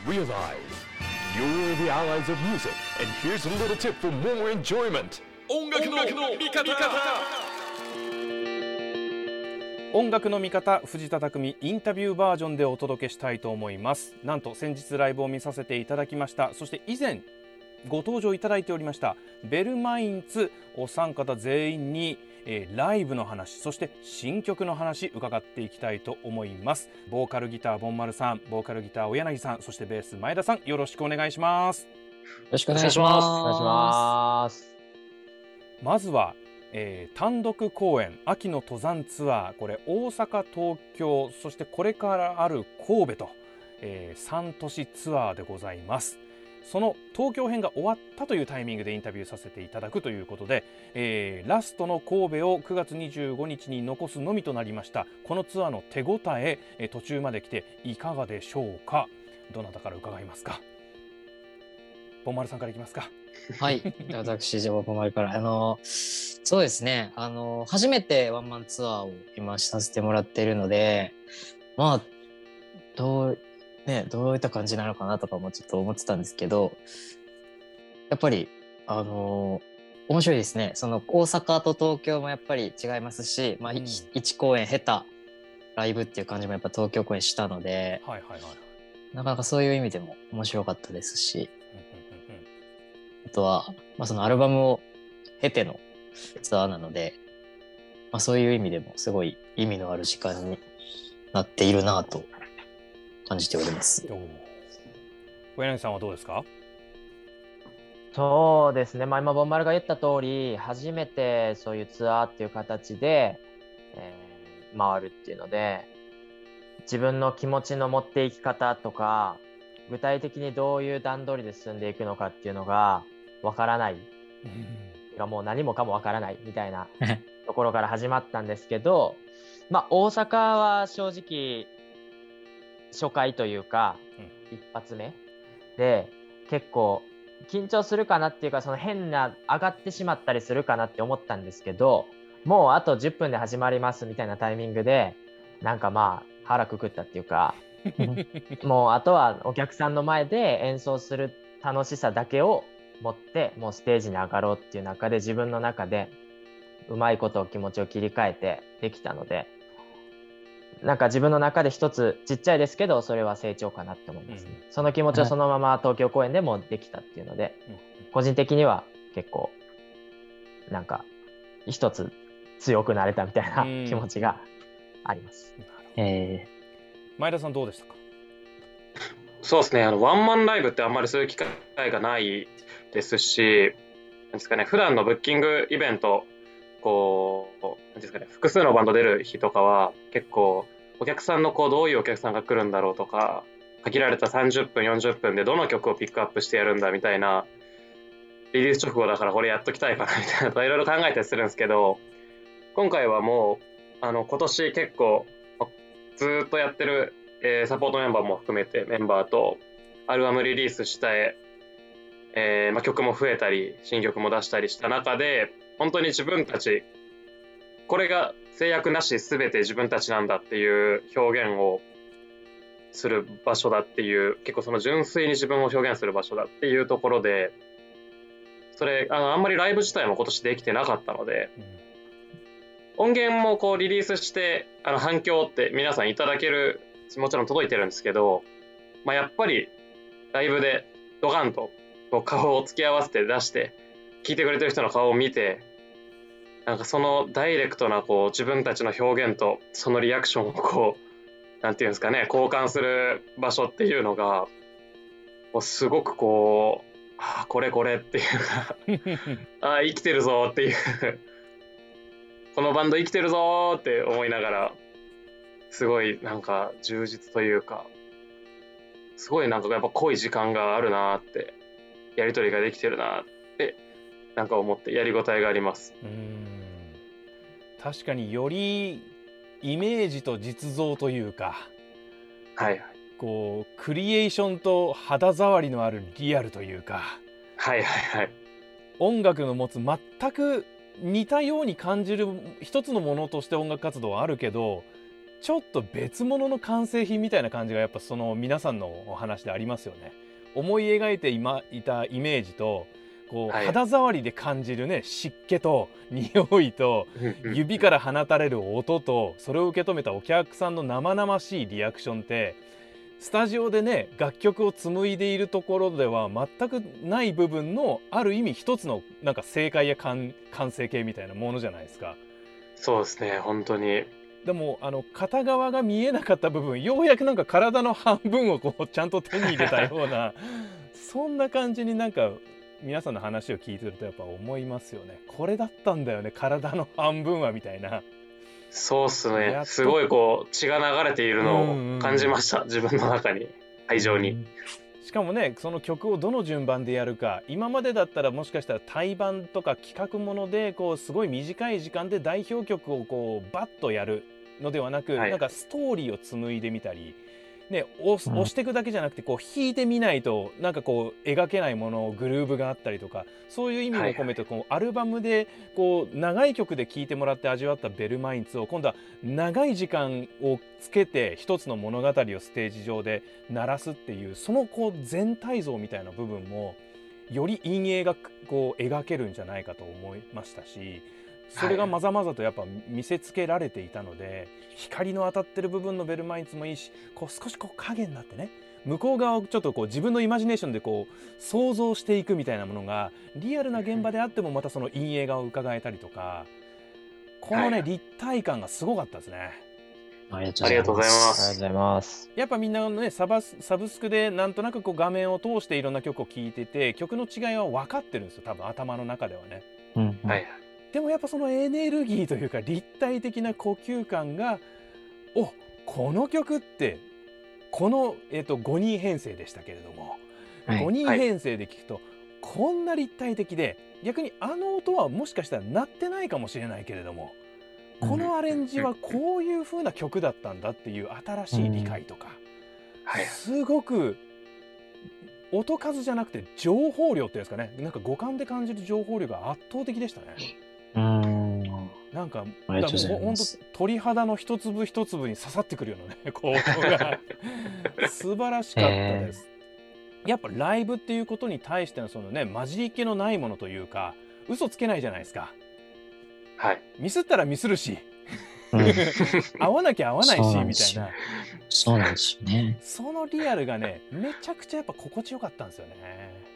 Realize you're the allies of music, and here's a little tip for more enjoyment. 音楽の味方。 音楽の味方、藤田匠インタビューバージョンでお届けしたいと思います。なんと先日ライブを見させていただきました。そして以前ご登場いただいておりましたベルマインツお三方全員に、ライブの話、そして新曲の話伺っていきたいと思います。ボーカルギターボンマルさん、ボーカルギター小柳さん、そしてベース前田さん、よろしくお願いします。 よろしくお願いします。 お願いします。 まずは、単独公演秋の登山ツアー、これ大阪、東京、そしてこれからある神戸と、3都市ツアーでございます。その東京編が終わったというタイミングでインタビューさせていただくということで、ラストの神戸を9月25日に残すのみとなりました。このツアーの手応え、途中まで来ていかがでしょうか。どなたから伺いますか。ボンマルさんからいきますか。 はい、私じゃあボンマルからそうですね、初めてワンマンツアーを今させてもらっているので、まあどういった感じなのかなとかもちょっと思ってたんですけど、やっぱり面白いですね。その大阪と東京もやっぱり違いますし、1公演経たライブっていう感じもやっぱ東京公演したので、なかなかそういう意味でも面白かったですし、あとは、そのアルバムを経てのツアーなので、そういう意味でもすごい意味のある時間になっているなと感じております。 小柳さんはどうですか。 そうですね、今ボンマルが言った通り、初めてそういうツアーっていう形で、回るっていうので、自分の気持ちの持っていき方とか、具体的にどういう段取りで進んでいくのかっていうのがわからない、もう何もかもわからないみたいなところから始まったんですけど、大阪は正直初回というか、一発目で結構緊張するかなっていうか、その変な上がってしまったりするかなって思ったんですけど、もうあと10分で始まりますみたいなタイミングでなんか腹くくったっていうかもうあとはお客さんの前で演奏する楽しさだけを持ってもうステージに上がろうっていう中で、自分の中でうまいこと気持ちを切り替えてできたので、なんか自分の中で一つちっちゃいですけどそれは成長かなって思いますね。その気持ちをそのまま東京公演でもできたっていうので、個人的には結構なんか一つ強くなれたみたいな気持ちがあります。 前田さんどうでしたか。 そうですね、ワンマンライブってあんまりそういう機会がないですし、なんですかね、普段のブッキングイベント、なんですかね、複数のバンド出る日とかは結構お客さんのどういうお客さんが来るんだろうとか、限られた30分40分でどの曲をピックアップしてやるんだみたいな、リリース直後だからこれやっときたいかなみたいなとかいろいろ考えたりするんですけど、今回はもう今年結構ずっとやってる、サポートメンバーも含めてメンバーとアルバムリリースした曲も増えたり新曲も出したりした中で、本当に自分たち、これが制約なし全て自分たちなんだっていう表現をする場所だっていう、結構その純粋に自分を表現する場所だっていうところで、それあんまりライブ自体も今年できてなかったので、音源もリリースして反響って皆さんいただける、もちろん届いてるんですけど、やっぱりライブでドカンと顔を突き合わせて出して聴いてくれてる人の顔を見て、なんかそのダイレクトな自分たちの表現とそのリアクションをなんていうんですかね、交換する場所っていうのがすごくこれっていうか生きてるぞっていうこのバンド生きてるぞって思いながら、すごいなんか充実というか、すごいなんかやっぱ濃い時間があるなって、やり取りができてるなってなんか思ってやりごたえがあります。 確かによりイメージと実像というか、クリエーションと肌触りのあるリアルというか、音楽の持つ全く似たように感じる一つのものとして音楽活動はあるけど、 ちょっと別物の完成品みたいな感じがやっぱその皆さんのお話でありますよね。思い描いていたイメージとこう肌触りで感じるね、湿気と匂いと指から放たれる音と、それを受け止めたお客さんの生々しいリアクションって、スタジオでね楽曲を紡いでいるところでは全くない部分の、ある意味一つのなんか正解や完成形みたいなものじゃないですか。 そうですね、本当に。 でも片側が見えなかった部分、ようやくなんか体の半分をこうちゃんと手に入れたようなそんな感じになんか皆さんの話を聞いてるとやっぱ思いますよね。これだったんだよね、体の半分はみたいな。 そうっすね、すごいこう血が流れているのを感じました、自分の中に、会場に。 しかもね、その曲をどの順番でやるか、今までだったらもしかしたら対バンとか企画ものでこうすごい短い時間で代表曲をこうバッとやるのではなく、なんかストーリーを紡いでみたり、ね、押していくだけじゃなくてこう弾いてみないとなんかこう描けないもの、グルーヴがあったりとか、そういう意味も込めてこうアルバムでこう長い曲で聴いてもらって味わったベルマインツを今度は長い時間をつけて一つの物語をステージ上で鳴らすっていう、そのこう全体像みたいな部分もより陰影がこう描けるんじゃないかと思いましたし、それがまざまざとやっぱ見せつけられていたので、光の当たってる部分のベルマインツもいいし、こう少しこう影になってね、向こう側をちょっとこう自分のイマジネーションでこう想像していくみたいなものがリアルな現場であってもまたその陰影画を伺えたりとか、このね、立体感がすごかったですね。 ありがとうございます。 ありがとうございます。 やっぱみんなねサブスクでなんとなくこう画面を通していろんな曲を聴いてて、曲の違いは分かってるんですよ、多分頭の中ではね。でもやっぱそのエネルギーというか立体的な呼吸感が、この曲ってこの、5人編成でしたけれども、5人編成で聴くとこんな立体的で、逆にあの音はもしかしたら鳴ってないかもしれないけれども、このアレンジはこういう風な曲だったんだっていう新しい理解とか、すごく音数じゃなくて情報量っていうんですかね、なんか五感で感じる情報量が圧倒的でしたね。なんか本当鳥肌の一粒一粒に刺さってくるようなね、こう音が素晴らしかったです。やっぱライブっていうことに対してのそのね、混じり気のないものというか、嘘つけないじゃないですか。ミスったらミスるし、合わなきゃ合わないしみたいな。 そうなんですよね。 そのリアルがね、めちゃくちゃやっぱ心地よかったんですよね。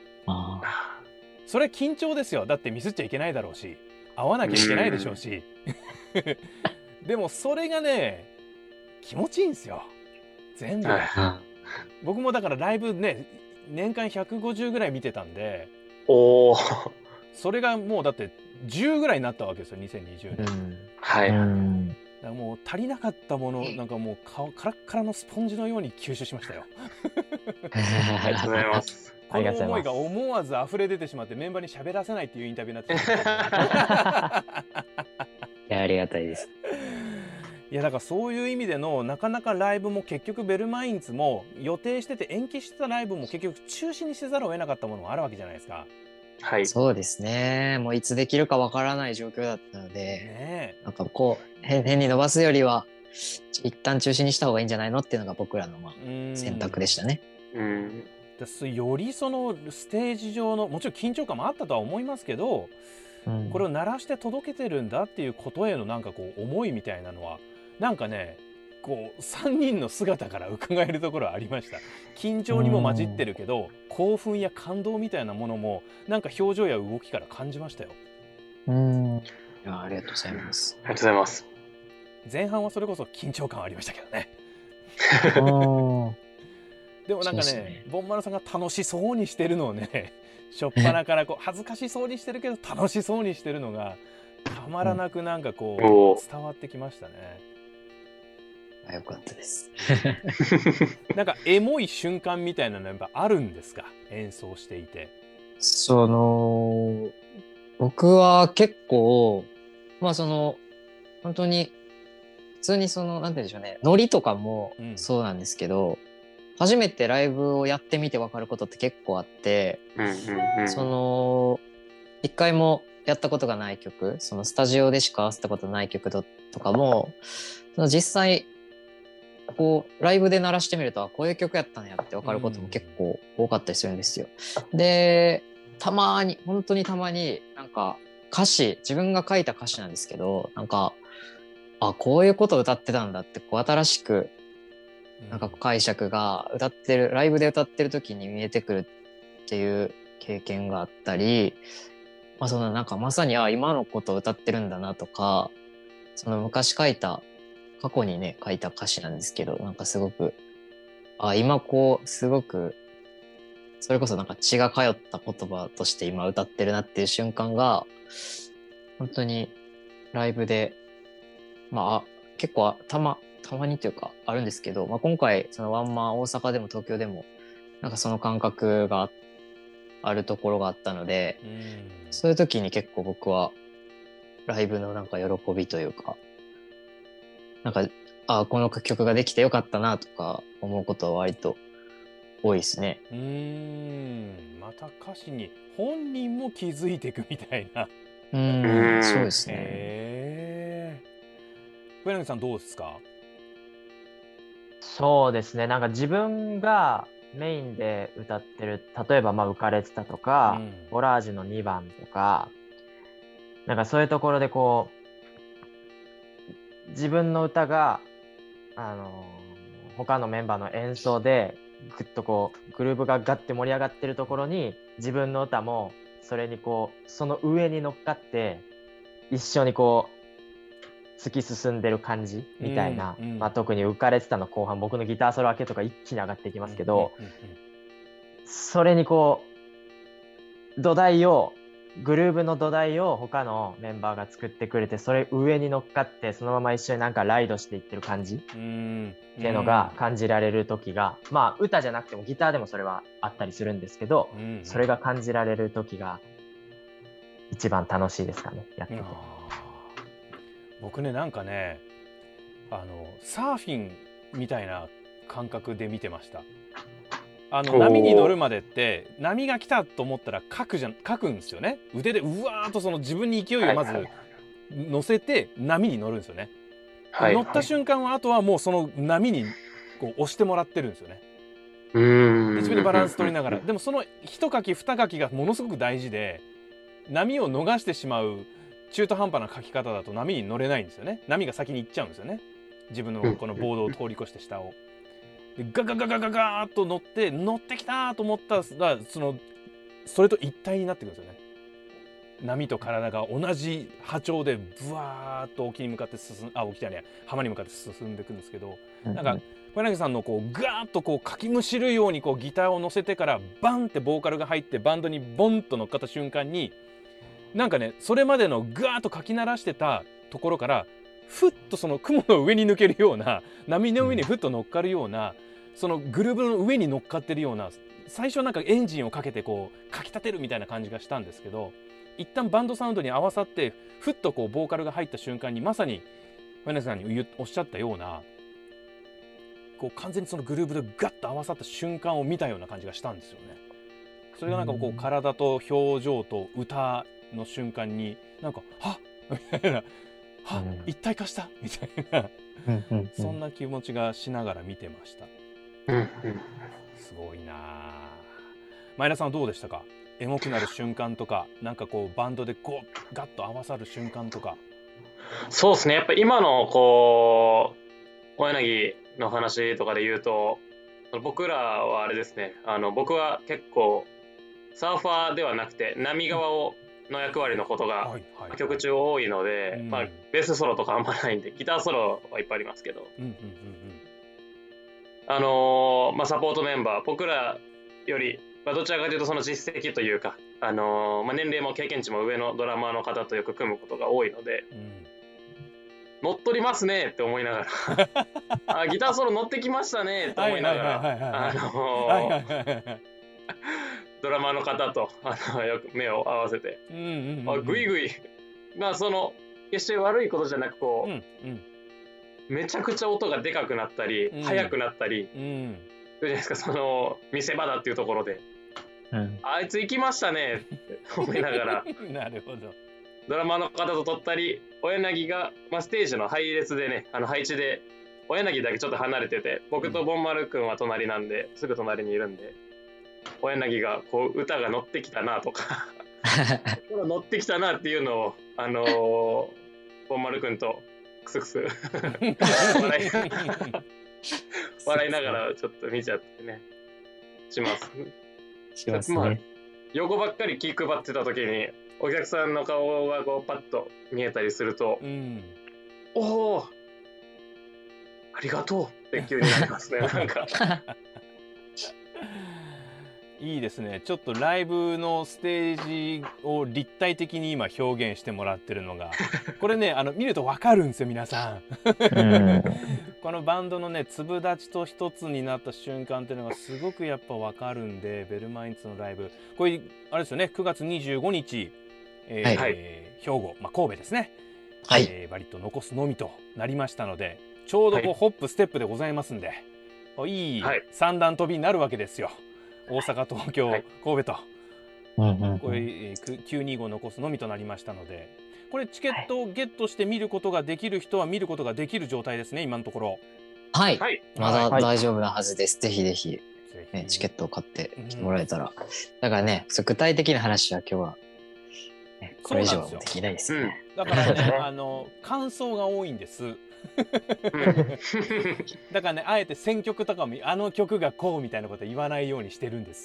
それ緊張ですよ。だってミスっちゃいけないだろうし、合わなきゃいけないでしょうしでもそれがね気持ちいいんですよ、全部。僕もだからライブね、年間150ぐらい見てたんで、それがもうだって10ぐらいになったわけですよ、2020年。だからもう足りなかったもの、なんかもうカラッカラのスポンジのように吸収しましたよありがとうございます。 この思いが思わず溢れ出てしまってメンバーに喋らせないっていうインタビューになってしまったいや、ありがたいです。 いやだからそういう意味でのなかなかライブも結局ベルマインツも予定してて延期してたライブも結局中止にせざるを得なかったものもあるわけじゃないですか。 そうですね。もういつできるかわからない状況だったので、なんかこう変に伸ばすよりは一旦中止にした方がいいんじゃないのっていうのが僕らの選択でしたね。 よりそのステージ上のもちろん緊張感もあったとは思いますけど、これを鳴らして届けてるんだっていうことへのなんかこう思いみたいなのはなんかね、こう3人の姿から伺えるところはありました。緊張にも混じってるけど興奮や感動みたいなものもなんか表情や動きから感じましたよ。 いや、ありがとうございます。 ありがとうございます。 前半はそれこそ緊張感ありましたけどねでもなんかね、ボンマルさんが楽しそうにしてるのをね、しょっぱなからこう恥ずかしそうにしてるけど楽しそうにしてるのがたまらなくなんかこう伝わってきましたね。 よかったですなんかエモい瞬間みたいなのやっぱあるんですか、演奏していて。 僕は結構本当に普通になんて言うんでしょうね、ノリとかもそうなんですけど、初めてライブをやってみて分かることって結構あって、一回もやったことがない曲、スタジオでしか合わせたことない曲とかも実際こうライブで鳴らしてみるとこういう曲やったんやって分かることも結構多かったりするんですよ。でたまに本当にたまになんか歌詞自分が書いた歌詞なんですけどなんかこういうことを歌ってたんだってこう新しくなんか解釈が歌ってるライブで歌ってる時に見えてくるっていう経験があったり、そのなんかまさに今のことを歌ってるんだなとか、その昔過去にね書いた歌詞なんですけど、なんかすごく今こうすごくそれこそなんか血が通った言葉として今歌ってるなっていう瞬間が本当にライブで結構たまにというかあるんですけど、今回そのワンマン大阪でも東京でもなんかその感覚があるところがあったので、そういう時に結構僕はライブのなんか喜びというか、なんかこの曲ができてよかったなとか思うことは割と多いですね。 また歌詞に本人も気づいていくみたいな。 そうですね。 小柳さんどうですか？ そうですね、なんか自分がメインで歌ってる、例えば浮かれてたとか、オラージュの2番とか、なんかそういうところでこう自分の歌が他のメンバーの演奏でぐっとこうグルーヴがガッて盛り上がってるところに自分の歌もそれにこうその上に乗っかって一緒にこう突き進んでる感じみたいな、特に浮かれてたの後半僕のギターソロ明けとか一気に上がっていきますけど、それにこうグルーヴの土台を他のメンバーが作ってくれて、それ上に乗っかってそのまま一緒になんかライドしていってる感じっていうのが感じられる時が、歌じゃなくてもギターでもそれはあったりするんですけど、それが感じられる時が一番楽しいですかね、やってて。 僕ね、なんかねサーフィンみたいな感覚で見てました。波に乗るまでって波が来たと思ったら書くんですよね。腕でうわーっとその自分に勢いをまず乗せて波に乗るんですよね。乗った瞬間はあとはもうその波にこう押してもらってるんですよね。自分でバランス取りながら。でもその一書き二書きがものすごく大事で、波を逃してしまう中途半端な書き方だと波に乗れないんですよね。波が先に行っちゃうんですよね。自分のこのボードを通り越して下を。ガガガガガガーッと乗ってきたと思ったらそれと一体になってくるんですよね。波と体が同じ波長でブワーッと沖に向かって浜に向かって進んでいくんですけど、なんか小柳さんのこうガーッとこうかきむしるようにこうギターを乗せてからバンってボーカルが入ってバンドにボンと乗っかった瞬間に、なんかねそれまでのガーッとかき鳴らしてたところからふっとその雲の上に抜けるような、波の上にふっと乗っかるような、そのグルーヴの上に乗っかってるような、最初なんかエンジンをかけてこうかき立てるみたいな感じがしたんですけど、一旦バンドサウンドに合わさってふっとこうボーカルが入った瞬間にまさに小柳さんにおっしゃったようなこう完全にそのグルーヴでガッと合わさった瞬間を見たような感じがしたんですよね。それがなんかこう体と表情と歌の瞬間になんかはっみたいな、はっ一体化したみたいなそんな気持ちがしながら見てました。すごいな。前田さんはどうでしたか？エモくなる瞬間とか、なんかこうバンドでこうガッと合わさる瞬間とか。 そうですね、やっぱ今のこう小柳の話とかで言うと、僕らはあれですね、僕は結構サーファーではなくて波側の役割のことが曲中多いので、ベースソロとかあんまないんでギターソロはいっぱいありますけど、サポートメンバー僕らより、どちらかというとその実績というか、年齢も経験値も上のドラマーの方とよく組むことが多いので、乗っ取りますねって思いながらギターソロ乗ってきましたねって思いながらドラマーの方とよく目を合わせてグイグイ、その決して悪いことじゃなくこう、めちゃくちゃ音がでかくなったり、速くなったりするじゃないですか、その見せ場だっていうところで、あいつ行きましたねって思いながらなるほど。 ドラマーの方と撮ったり、小柳が、ステージの配列でね、配置で小柳だけちょっと離れてて、僕とボンマル君は隣なんで、すぐ隣にいるんで、小柳がこう歌が乗ってきたなとか乗ってきたなっていうのをボンマル君とクスクス笑いながらちょっと見ちゃってねします。 しますね。 まあ横ばっかり気配ってた時にお客さんの顔がこうパッと見えたりすると、おおありがとうって急になりますねなんかいいですね。ちょっとライブのステージを立体的に今表現してもらってるのがこれね見ると分かるんですよ皆さんこのバンドのね粒立ちと一つになった瞬間っていうのがすごくやっぱ分かるんで、ベルマインツのライブこれあれですよね、9月25日、兵庫、神戸ですね、バリッと残すのみとなりましたので、ちょうどこう、ホップステップでございますんで、いい三段跳びになるわけですよ。大阪、東京、神戸と、これ925残すのみとなりましたので、これチケットをゲットして見ることができる人は見ることができる状態ですね今のところ。 はい、まだ大丈夫なはずです。ぜひぜひ、チケットを買って来てもらえたら、だからね、具体的な話は今日は、これ以上はできないですよね。 だからね感想が多いんですだからね、あえて選曲とかもあの曲がこうみたいなこと言わないようにしてるんです、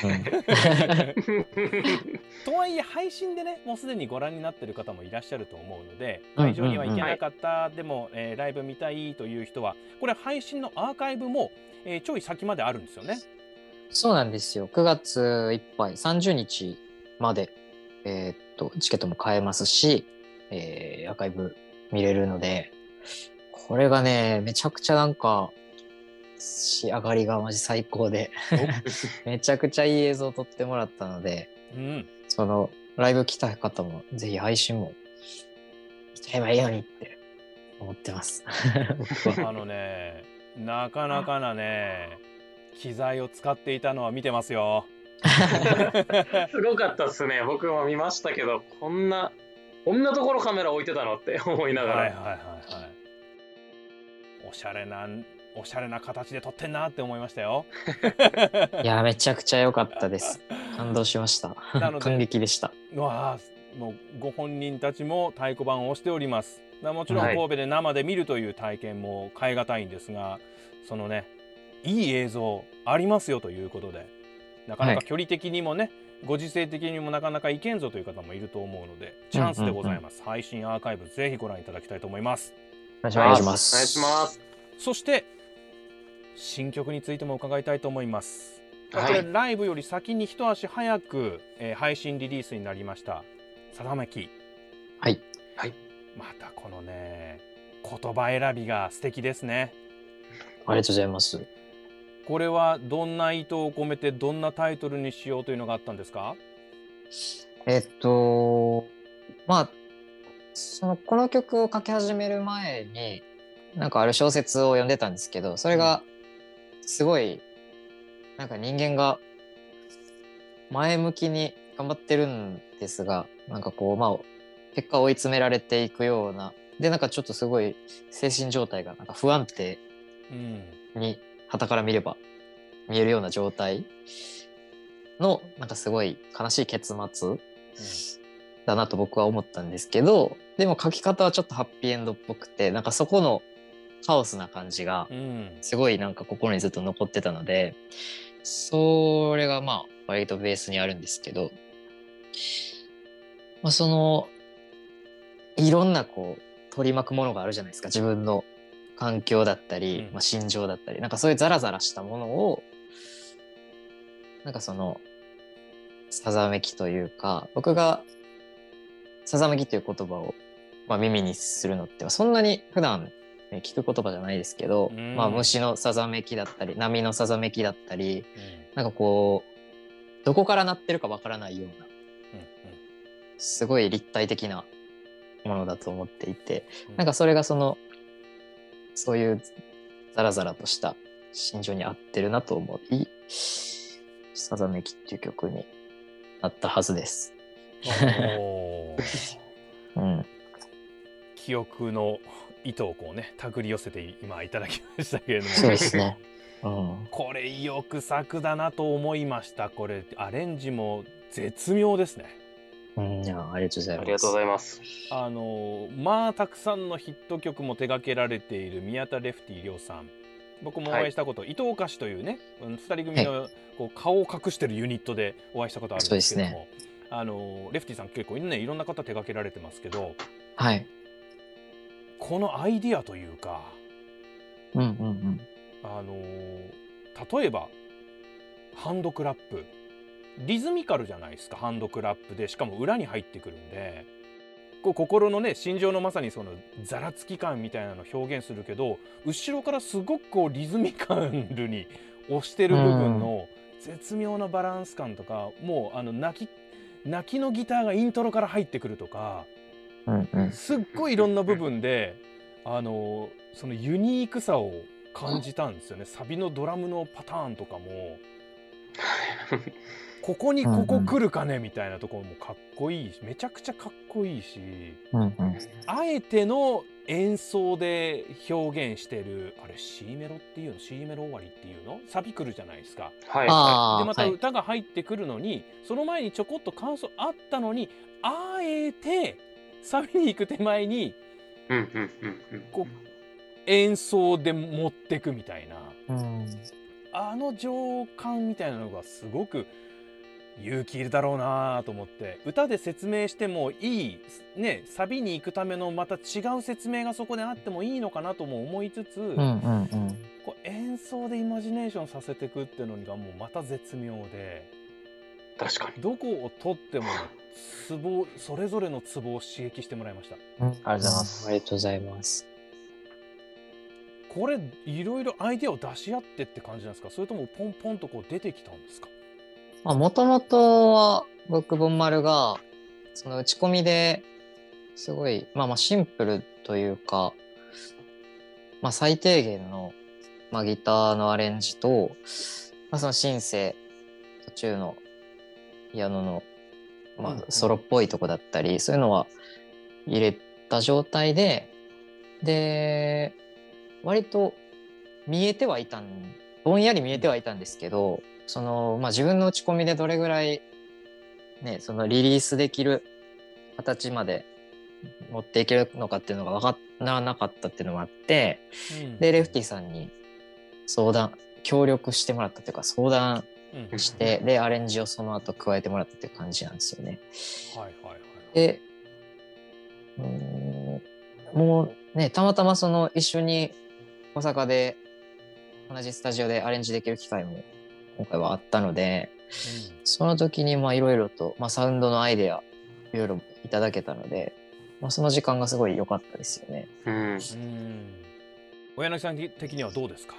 とはいえ配信でねもうすでにご覧になってる方もいらっしゃると思うので、会場には行けなかった、でも、ライブ見たいという人はこれ配信のアーカイブも、ちょい先まであるんですよね。 そうなんですよ。9月いっぱい30日まで、チケットも買えますし、アーカイブ見れるので、これがねめちゃくちゃなんか仕上がりがマジ最高でめちゃくちゃいい映像を撮ってもらったので、そのライブ来た方もぜひ配信も来ちゃえばいいようにって思ってますなかなかなね機材を使っていたのは見てますよすごかったっすね。僕も見ましたけど、こんなところカメラ置いてたのって思いながら、 おしゃれな形で撮ってんなって思いましたよいやめちゃくちゃ良かったです。感動しました感激でした。 もうご本人たちも太鼓判を押しております。もちろん神戸で生で見るという体験も変え難いんですが、そのねいい映像ありますよということで、なかなか距離的にもね、ご時世的にもなかなかいけんぞという方もいると思うので、チャンスでございます。配信アーカイブぜひご覧いただきたいと思います。 お願いします。 お願いします。 そして新曲についても伺いたいと思います。これライブより先に一足早く、配信リリースになりましたさざめき。またこのね言葉選びが素敵ですね。 ありがとうございます。 これはどんな意図を込めてどんなタイトルにしようというのがあったんですか？ この曲を書き始める前になんかある小説を読んでたんですけど、それがすごいなんか人間が前向きに頑張ってるんですが、なんかこう結果追い詰められていくようなで、なんかちょっとすごい精神状態がなんか不安定に傍から見れば見えるような状態のなんかすごい悲しい結末だなと僕は思ったんですけど、でも書き方はちょっとハッピーエンドっぽくて、なんかそこのカオスな感じがすごいなんか心にずっと残ってたので、それが割とベースにあるんですけど、そのいろんなこう取り巻くものがあるじゃないですか。自分の環境だったり、心情だったり、なんかそういうザラザラしたものをなんかそのさざめきというか、僕がさざめきという言葉を耳にするのってそんなに普段聞く言葉じゃないですけど、虫のさざめきだったり波のさざめきだったり、なんかこうどこから鳴ってるかわからないような、すごい立体的なものだと思っていて、なんかそれがそういうザラザラとした心情に合ってるなと思い、さざめきっていう曲になったはずです。 記憶の糸をこうね手繰り寄せて今いただきましたけれども、 そうですね。うん。 これ意欲作だなと思いました。これアレンジも絶妙ですね。 うん、いや、ありがとうございます。 ありがとうございます。 まあたくさんのヒット曲も手掛けられている宮田レフティー亮さん、僕もお会いしたこと、伊藤菓子というね2人組のこう顔を隠してるユニットでお会いしたことあるんですけども、レフティーさん結構ねいろんな方手掛けられてますけど、 はい。 このアイディアというか、 うんうんうん。 例えばハンドクラップリズミカルじゃないですか。ハンドクラップでしかも裏に入ってくるんで、こう心のね心情のまさにそのざらつき感みたいなのを表現するけど、後ろからすごくこうリズミカルに押してる部分の絶妙なバランス感とか、もう泣きのギターがイントロから入ってくるとか、 うんうん。 すっごいいろんな部分でそのユニークさを感じたんですよね。サビのドラムのパターンとかもここにここ来るかねみたいなところもかっこいいし、めちゃくちゃかっこいいし、 うんうん。 あえての演奏で表現してる、あれ C メロっていうの C メロ終わりっていうの、サビ来るじゃないですか。 はいではまた歌が入ってくるのに、その前にちょこっと感想あったのに、あえてサビに行く手前にい。うんうんうんうん。 こう演奏で持ってくみたいな、 うん。 情感みたいなのがすごく勇気いるだろうなと思って、歌で説明してもいいね、サビに行くためのまた違う説明がそこであってもいいのかなとも思いつつ、 うんうんうん。 こう演奏でイマジネーションさせていくっていうのがもうまた絶妙で、 確かに。 どこを取ってもツボ、それぞれのツボを刺激してもらいました。 うん、 ありがとうございます。 ありがとうございます。 これいろいろアイデアを出し合ってって感じなんですか、それともポンポンとこう出てきたんですか？ もともとは僕ボンマルがその打ち込みですごいシンプルというか、最低限の、ギターのアレンジと、そのシンセ途中のピアノの、ソロっぽいとこだったり、そういうのは入れた状態で割とぼんやり見えてはいたんですけど、その自分の打ち込みでどれぐらいね、そのリリースできる形まで持っていけるのかっていうのが分からなかったっていうのもあって、でレフティさんに協力してもらったというか相談して、でアレンジをその後加えてもらったっていう感じなんですよね。でもうね、たまたまその一緒に大阪で同じスタジオでアレンジできる機会も今回はあったので、その時にいろいろと、サウンドのアイデアいろいろいただけたので、その時間がすごい良かったですよね。 小柳さん的にはどうですか？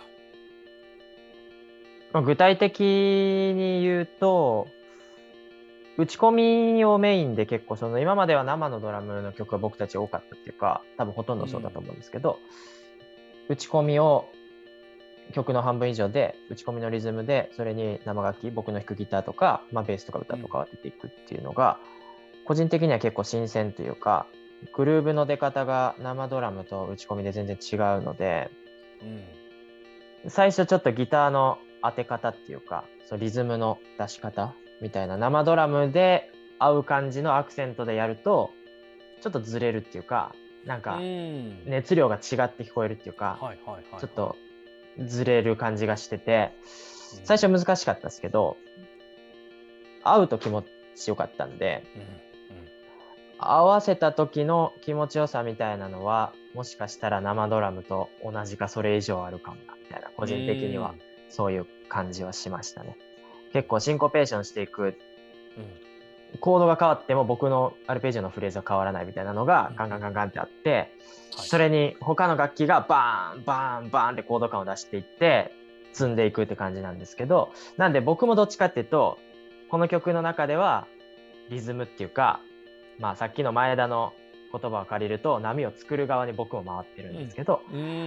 具体的に言うと、打ち込みをメインで結構その今までは生のドラムの曲が僕たち多かったっていうか、多分ほとんどそうだと思うんですけど、打ち込みを曲の半分以上で打ち込みのリズムで、それに生楽器、僕の弾くギターとか、ベースとか歌とかを当てていくっていうのが、個人的には結構新鮮というか、グルーブの出方が生ドラムと打ち込みで全然違うので、最初ちょっとギターの当て方っていうか、そのリズムの出し方みたいな、生ドラムで合う感じのアクセントでやるとちょっとずれるっていうか、なんか熱量が違って聞こえるっていうか、ちょっとずれる感じがしてて、最初難しかったですけど、合うと気持ちよかったんで、合わせた時の気持ちよさみたいなのはもしかしたら生ドラムと同じかそれ以上あるかもなみたいな、個人的にはそういう感じはしましたね。結構シンコペーションしていく、コードが変わっても僕のアルペジオのフレーズは変わらないみたいなのがガンガンガンガンってあって、それに他の楽器がバーンバーンバーンってコード感を出していって積んでいくって感じなんですけど、なんで僕もどっちかっていうとこの曲の中ではリズムっていうか、さっきの前田の言葉を借りると波を作る側に僕も回ってるんですけど、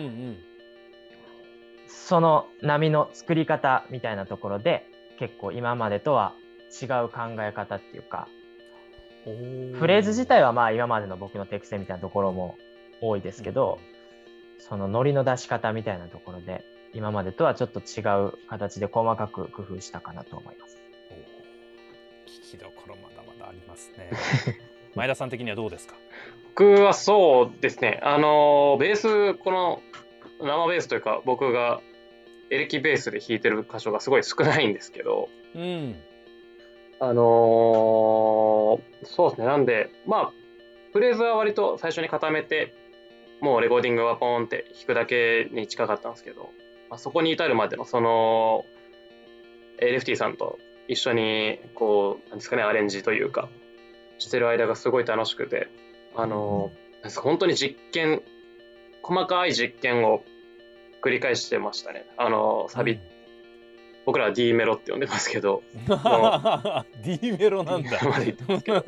その波の作り方みたいなところで結構今までとは違う考え方っていうか、フレーズ自体は今までの僕の適性みたいなところも多いですけど、 そのノリの出し方みたいなところで今までとはちょっと違う形で細かく工夫したかなと思います。 聞きどころまだまだありますね。前田さん的にはどうですか？ 僕はそうですね、ベース、この生ベースというか、僕がエレキベースで弾いてる箇所がすごい少ないんですけど、 うん。 そうですね、なんで、まあ、フレーズは割と最初に固めて、もうレコーディングはポーンって弾くだけに近かったんですけど、まあ、そこに至るまでのそのレフティさんと一緒にこうなんですかね、アレンジというかしてる間がすごい楽しくて、本当に実験、細かい実験を繰り返してましたね。サビ、僕らは D メロって呼んでますけど D メロなんだまで言ってますけど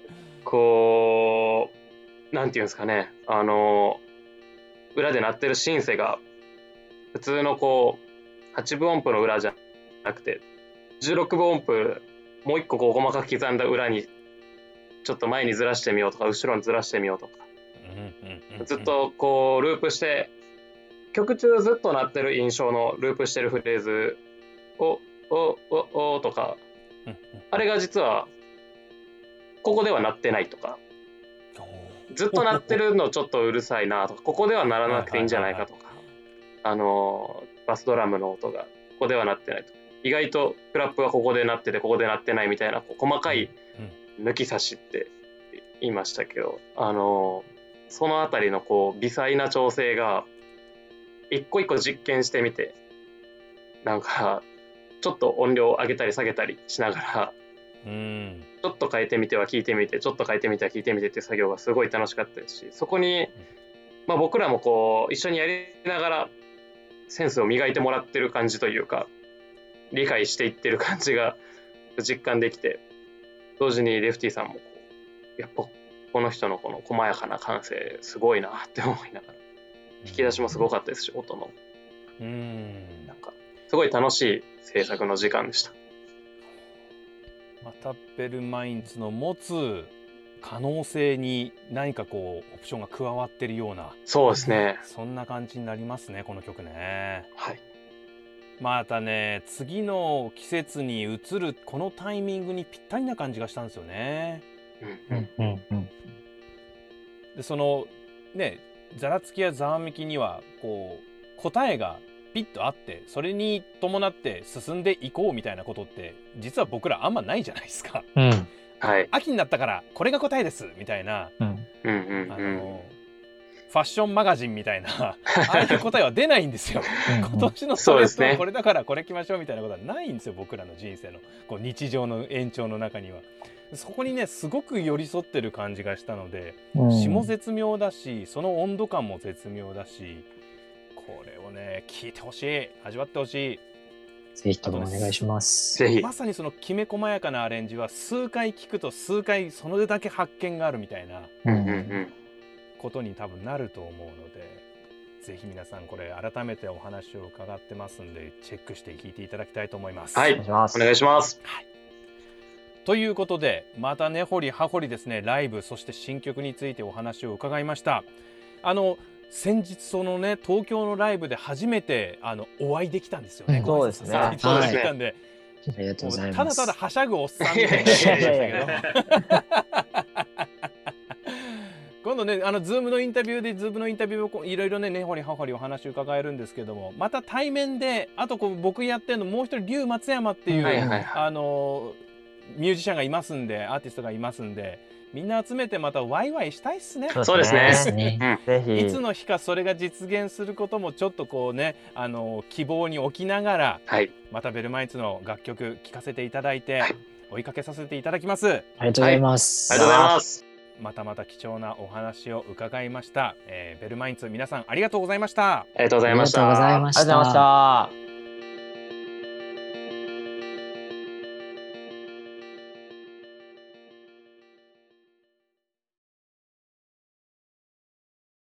こうなんていうんですかね、裏で鳴ってるシンセが普通のこう8分音符の裏じゃなくて16分音符もう一個こう細かく刻んだ裏にちょっと前にずらしてみようとか後ろにずらしてみようとか、ずっとこうループして曲中ずっと鳴ってる印象のループしてるフレーズをおとか、あれが実はここでは鳴ってないとか、ずっと鳴ってるのちょっとうるさいなとか、ここでは鳴らなくていいんじゃないかとか、バスドラムの音がここでは鳴ってないとか、意外とクラップがここで鳴っててここで鳴ってないみたいなこう細かい抜き差しって言いましたけど、そのあたりのこう微細な調整が一個一個実験してみて、なんかちょっと音量を上げたり下げたりしながら、ちょっと変えてみては聞いてみて、ちょっと変えてみては聞いてみてっていう作業がすごい楽しかったですし、そこに、まあ、僕らもこう一緒にやりながらセンスを磨いてもらってる感じというか、理解していってる感じが実感できて、同時にレフティさんもこうやっぱこの人のこの細やかな感性すごいなって思いながら、引き出しもすごかったですし、音のなんかすごい楽しい制作の時間でした。 またベルマインツの持つ可能性に何かこうオプションが加わってるような、 そうですね、 そんな感じになりますね、この曲ね。 はい。 またね、次の季節に移るこのタイミングにぴったりな感じがしたんですよね。でそのね、ざらつきやざわめきにはこう答えがピッとあって、それに伴って進んでいこうみたいなことって実は僕らあんまないじゃないですか。 はい、 秋になったからこれが答えですみたいな、ファッションマガジンみたいなああいう答えは出ないんですよ。今年のストレートはこれだからこれ着ましょうみたいなことはないんですよ、僕らの人生のこう日常の延長の中には。そこにねすごく寄り添ってる感じがしたので、詞も絶妙だし、その温度感も絶妙だし、これをね聞いてほしい、味わってほしい。 ぜひともお願いします。 ぜひ。 まさにそのきめ細やかなアレンジは数回聞くと数回それだけ発見があるみたいなことに多分なると思うので、ぜひ皆さんこれ改めてお話を伺ってますんでチェックして聞いていただきたいと思います。 はい、お願いします。 はい、ということでまた根掘り葉掘りですね、ライブそして新曲についてお話を伺いました。先日そのね東京のライブで初めてお会いできたんですよね。 そうですね。 いただいたんで、 ありがとうございます。 ただただはしゃぐおっさんみたいになってましたけど今度ねズームのインタビューをいろいろね根掘り葉掘りお話を伺えるんですけども、また対面であとこう僕やってるのもう一人龍松山っていう、ミュージシャンがいますんで、アーティストがいますんで、みんな集めてまたワイワイしたいっすね。 そうですね。 ぜひ。 いつの日かそれが実現することもちょっとこうね希望に置きながら、またベルマインツの楽曲聴かせていただいて、追いかけさせていただきます。 ありがとうございます。 ありがとうございます。 またまた貴重なお話を伺いました。ベルマインツ皆さんありがとうございました。 ありがとうございました。 ありがとうございました。 ありがとうございました。